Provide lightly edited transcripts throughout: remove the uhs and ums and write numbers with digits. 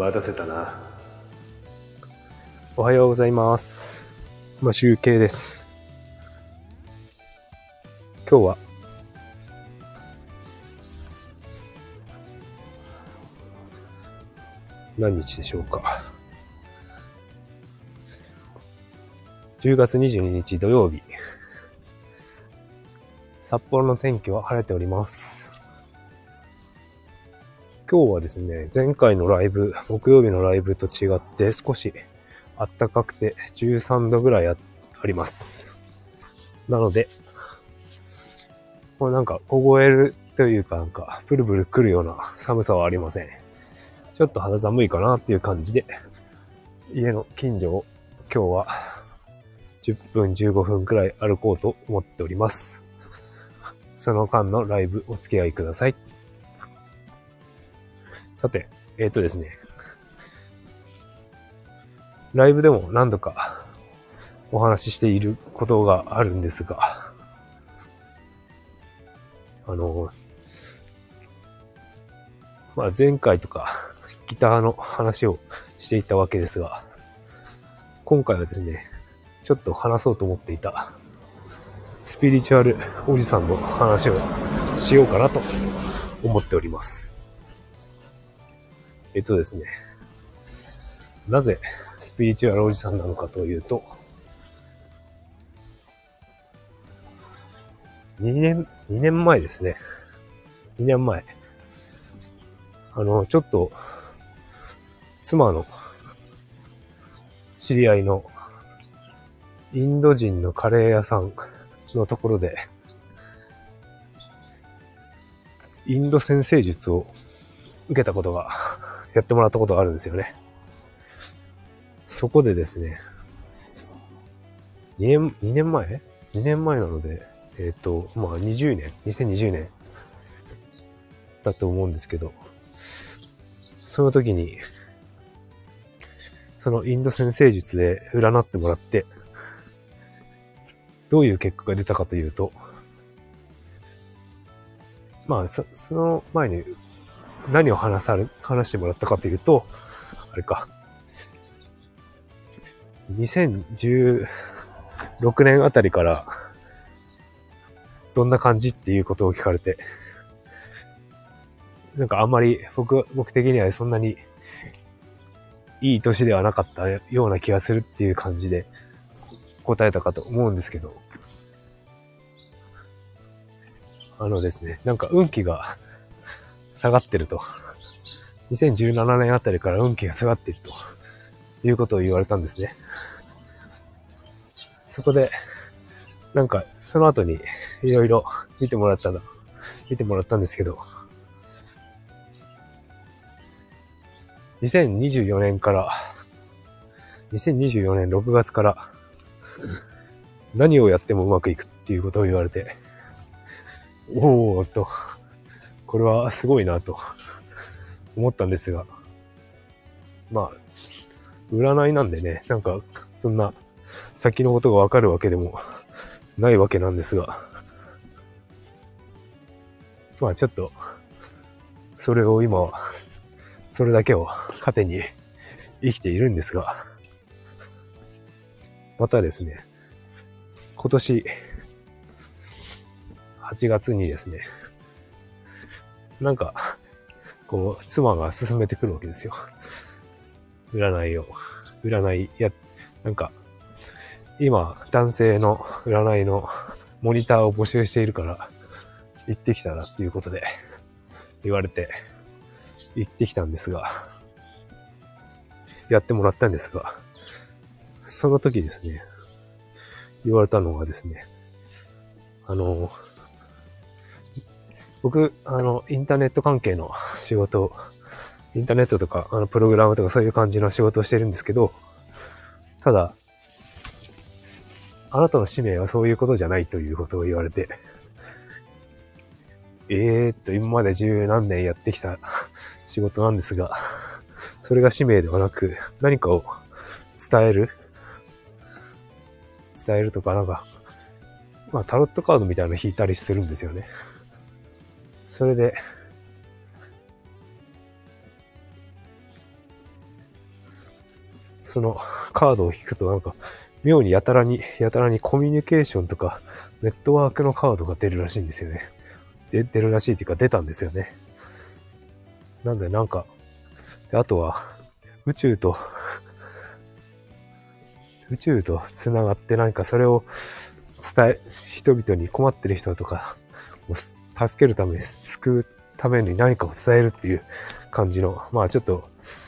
待たせたな。おはようございます。集計です。今日は何日でしょうか。10月22日土曜日。札幌の天気は晴れております。今日はですね、前回のライブ、木曜日のライブと違って少し暖かくて13度ぐらいあります。なので、これ凍えるというかブルブル来るような寒さはありません。ちょっと肌寒いかなっていう感じで、家の近所を今日は10分15分くらい歩こうと思っております。その間のライブお付き合いください。さて、ですね。ライブでも何度かお話ししていることがあるんですが、前回とかギターの話をしていたわけですが、今回はですね、ちょっと話そうと思っていたスピリチュアルおじさんの話をしようかなと思っております。ですね、なぜスピリチュアルおじさんなのかというと、2年前ですね。2年前。ちょっと、妻の知り合いのインド人のカレー屋さんのところで、インド占星術を受けたことが、やってもらったことがあるんですよね。そこでですね、2年前 ?2 年前なので、2020年だと思うんですけど、その時に、そのインド占星術で占ってもらって、どういう結果が出たかというと、その前に何を話してもらったかというと、あれか、2016年あたりからどんな感じっていうことを聞かれて、あんまり僕的にはそんなにいい年ではなかったような気がするっていう感じで答えたかと思うんですけど、ですね、運気が下がってると。2017年あたりから運気が下がっているということを言われたんですね。そこで、その後にいろいろ見てもらったんですけど、2024年6月から何をやってもうまくいくっていうことを言われて、おーっと、これはすごいなと思ったんですが、占いなんでね、そんな先のことがわかるわけでもないわけなんですが、ちょっと、それを今は、それだけを糧に生きているんですが、またですね、今年8月にですね、妻が勧めてくるわけですよ。今、男性の占いのモニターを募集しているから、行ってきたらっていうことで言われて、行ってきたんですが、やってもらったんですが、その時ですね、言われたのがですね、僕、インターネット関係の仕事、インターネットとか、プログラムとかそういう感じの仕事をしてるんですけど、ただ、あなたの使命はそういうことじゃないということを言われて、今まで十何年やってきた仕事なんですが、それが使命ではなく、何かを伝えるとかタロットカードみたいなの引いたりするんですよね。それで、 そのカードを引くとなんか、妙にやたらにコミュニケーションとか、ネットワークのカードが出るらしいんですよね。出るらしいっていうか出たんですよね。なんでなんか、あとは、宇宙と繋がってなんかそれを人々に困ってる人とか、助けるために、救うために何かを伝えるっていう感じの、まあちょっと、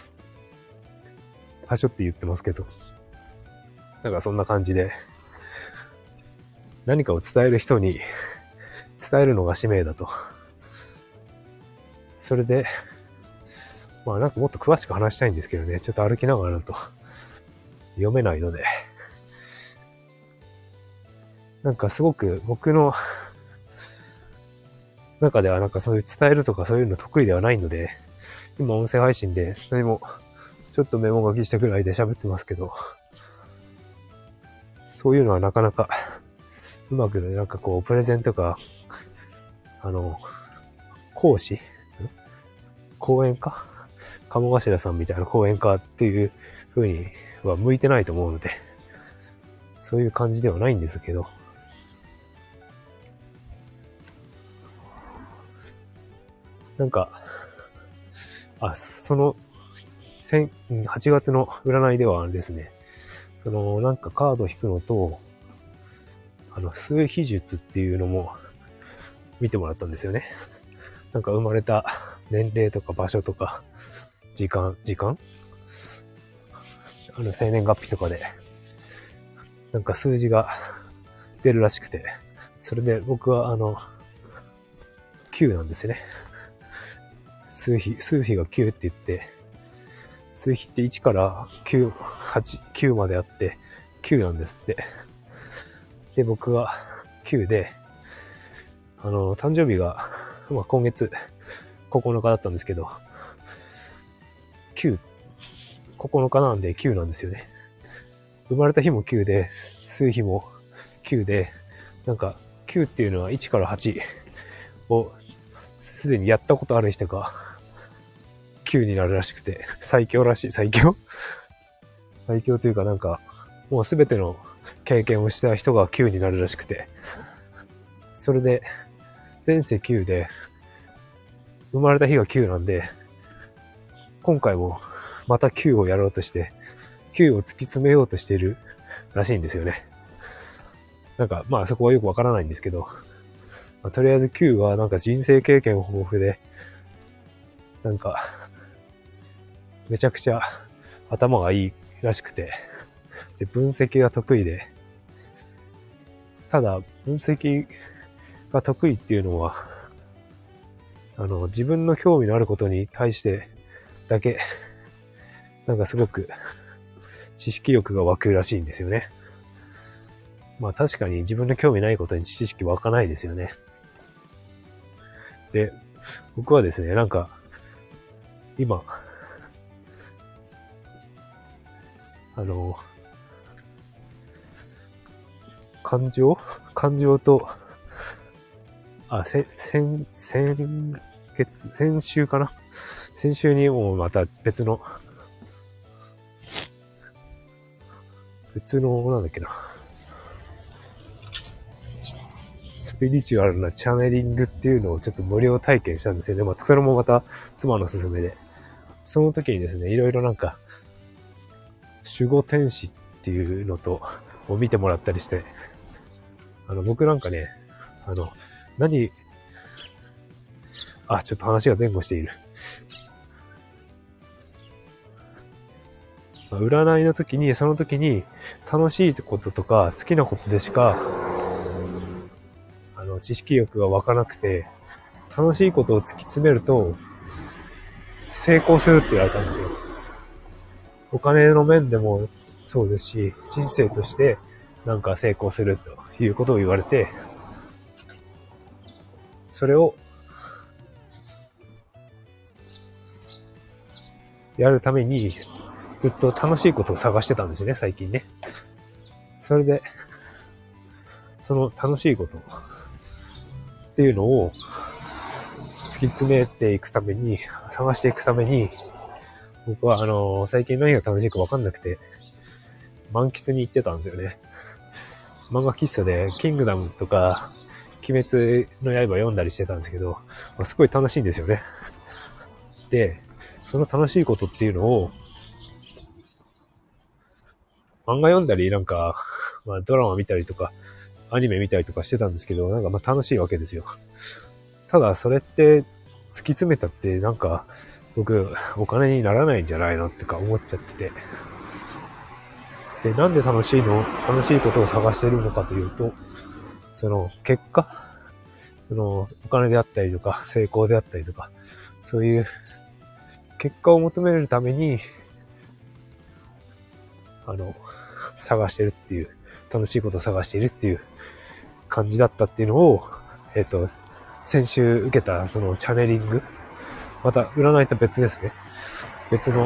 はしょって言ってますけど、なんかそんな感じで、何かを伝える人に伝えるのが使命だと。それで、まあなんかもっと詳しく話したいんですけどね、ちょっと歩きながらだと読めないので、なんかすごく僕の中ではなんかそういう伝えるとかそういうの得意ではないので、今音声配信で何もちょっとメモ書きしたぐらいで喋ってますけど、そういうのはなかなかうまくね、なんかこうプレゼンとか、講演家鴨頭さんみたいな講演家っていう風には向いてないと思うので、そういう感じではないんですけど、なんか、その、8月の占いではですね、なんかカードを引くのと、数秘術っていうのも見てもらったんですよね。なんか生まれた年齢とか場所とか、時間生年月日とかで、なんか数字が出るらしくて、それで僕は9なんですね。数比が9って言って、数比って1から9、8、9まであって、9なんですって。で、僕は9で、誕生日が、まあ、今月9日だったんですけど、9日なんで9なんですよね。生まれた日も9で、数日も9で、なんか9っていうのは1から8をすでにやったことある人が9になるらしくて、最強というかなんか、もうすべての経験をした人が9になるらしくて、それで前世9で、生まれた日が9なんで、今回もまた9をやろうとして、9を突き詰めようとしているらしいんですよね。なんか、まあそこはよくわからないんですけど、まあ、とりあえず9はなんか人生経験豊富で、なんか、めちゃくちゃ頭がいいらしくて、で、分析が得意で、ただ、分析が得意っていうのは、自分の興味のあることに対してだけ、なんかすごく知識欲が湧くらしいんですよね。まあ確かに自分の興味ないことに知識湧かないですよね。で、僕はですね、なんか、今、感情と、先週かな？先週にもまた別の、なんだっけな。スピリチュアルなチャネリングっていうのをちょっと無料体験したんですよね。まあ、それもまた妻の勧めで。その時にですね、いろいろなんか、守護天使っていうのを見てもらったりして、僕なんかね、ちょっと話が前後している。占いの時に、その時に楽しいこととか好きなことでしか、知識欲が湧かなくて、楽しいことを突き詰めると、成功するって言われたんですよ。お金の面でもそうですし、人生としてなんか成功するということを言われて、それをやるためにずっと楽しいことを探してたんですね、最近ね。それで、その楽しいことっていうのを突き詰めていくために、探していくために、僕は最近何が楽しいか分かんなくて、 満喫に行ってたんですよね。漫画喫茶でキングダムとか鬼滅の刃読んだりしてたんですけど、すごい楽しいんですよね。で、その楽しいことっていうのを漫画読んだりなんか、ドラマ見たりとかアニメ見たりとかしてたんですけど、なんか楽しいわけですよ。ただそれって突き詰めたってなんか僕お金にならないんじゃないのってか思っちゃってて。で、なんで楽しいことを探しているのかというと、その結果、そのお金であったりとか成功であったりとか、そういう結果を求めるために、探してるっていう、楽しいことを探しているっていう感じだったっていうのを、先週受けたそのチャネリング、また占いと別ですね。別の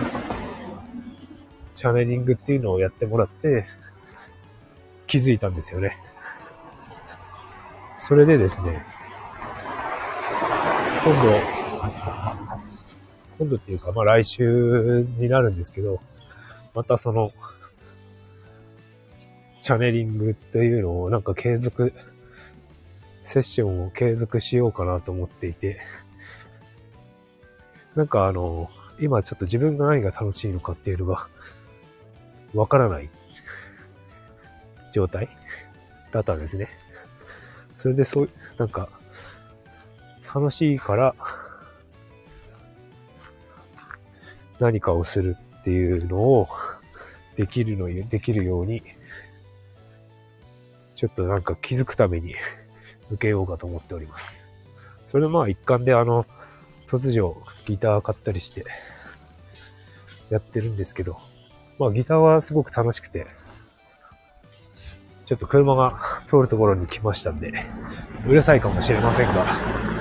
チャネリングっていうのをやってもらって気づいたんですよね。それでですね、今度っていうか、来週になるんですけど、またそのチャネリングというのをなんかセッションを継続しようかなと思っていて、なんか今ちょっと自分が何が楽しいのかっていうのがわからない状態だったんですね。それでなんか楽しいから何かをするっていうのをできるようにちょっとなんか気づくために受けようかと思っております。それ一環で突如ギター買ったりしてやってるんですけど、ギターはすごく楽しくて、ちょっと車が通るところに来ましたんで、うるさいかもしれませんが、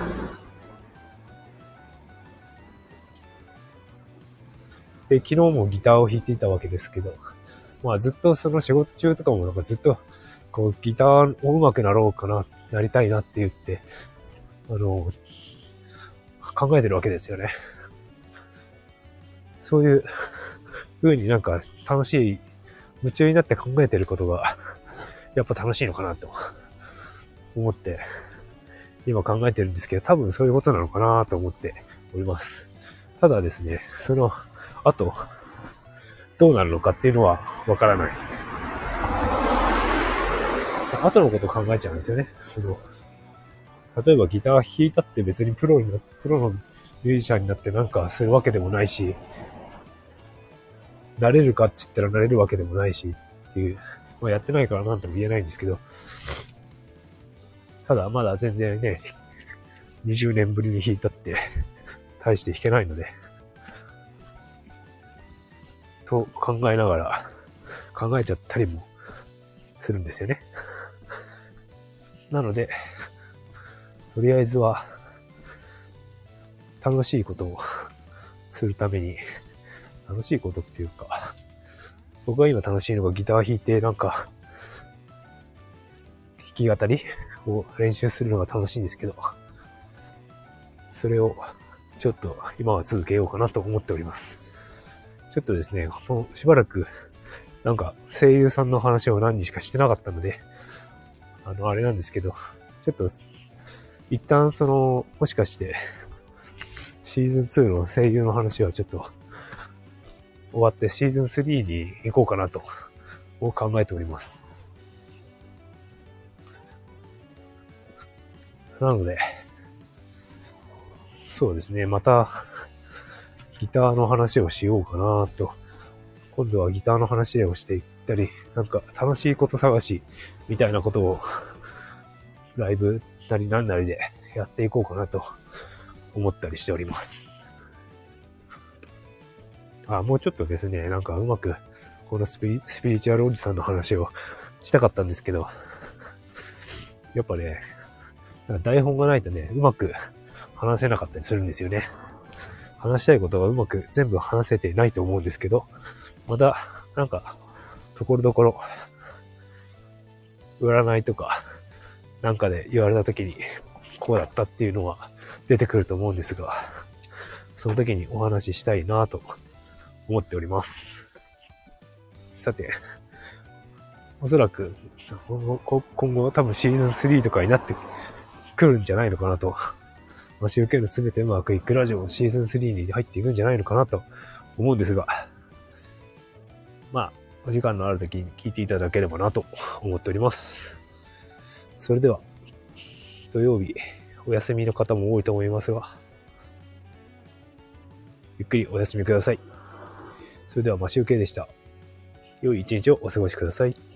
で、昨日もギターを弾いていたわけですけど、ずっとその仕事中とかもなんかずっとギターを上手くなりたいなって言って、考えてるわけですよね。そういう風になんか楽しい、夢中になって考えてることが、やっぱ楽しいのかなと思って、今考えてるんですけど、多分そういうことなのかなと思っております。ただですね、その後、どうなるのかっていうのはわからない。後のことを考えちゃうんですよね。例えばギター弾いたって別にプロのミュージシャンになってなんかするわけでもないし、なれるかって言ったらなれるわけでもないしっていう、やってないからなんとも言えないんですけど、ただまだ全然ね、20年ぶりに弾いたって大して弾けないので、と考えちゃったりもするんですよね。なので、とりあえずは楽しいことをするために、楽しいことっていうか、僕が今楽しいのがギター弾いてなんか弾き語りを練習するのが楽しいんですけど、それをちょっと今は続けようかなと思っております。ちょっとですね、もうしばらくなんか声優さんの話を何日かしてなかったので、あれなんですけど、ちょっと一旦もしかしてシーズン2の声優の話はちょっと終わってシーズン3に行こうかなと考えております。なので、そうですね、またギターの話をしようかなと。今度はギターの話をしていったり、なんか楽しいこと探しみたいなことをライブなりなんなりでやっていこうかなと思ったりしております。もうちょっとですね、なんかうまくこのスピリチュアルおじさんの話をしたかったんですけど、やっぱね、台本がないとね、うまく話せなかったりするんですよね。話したいことがうまく全部話せてないと思うんですけど、また、なんか、ところどころ、占いとか、なんかで言われた時に、こうだったっていうのは出てくると思うんですが、その時にお話ししたいなと思っております。 さて、おそらく、今後多分シーズン3とかになってくるんじゃないのかなと。マシュウケのすべてうまくいくラジオシーズン3に入っていくんじゃないのかなと思うんですが、まあ、お時間のある時に聞いていただければなと思っております。それでは、土曜日、お休みの方も多いと思いますが、ゆっくりお休みください。それではマシュウケでした。良い一日をお過ごしください。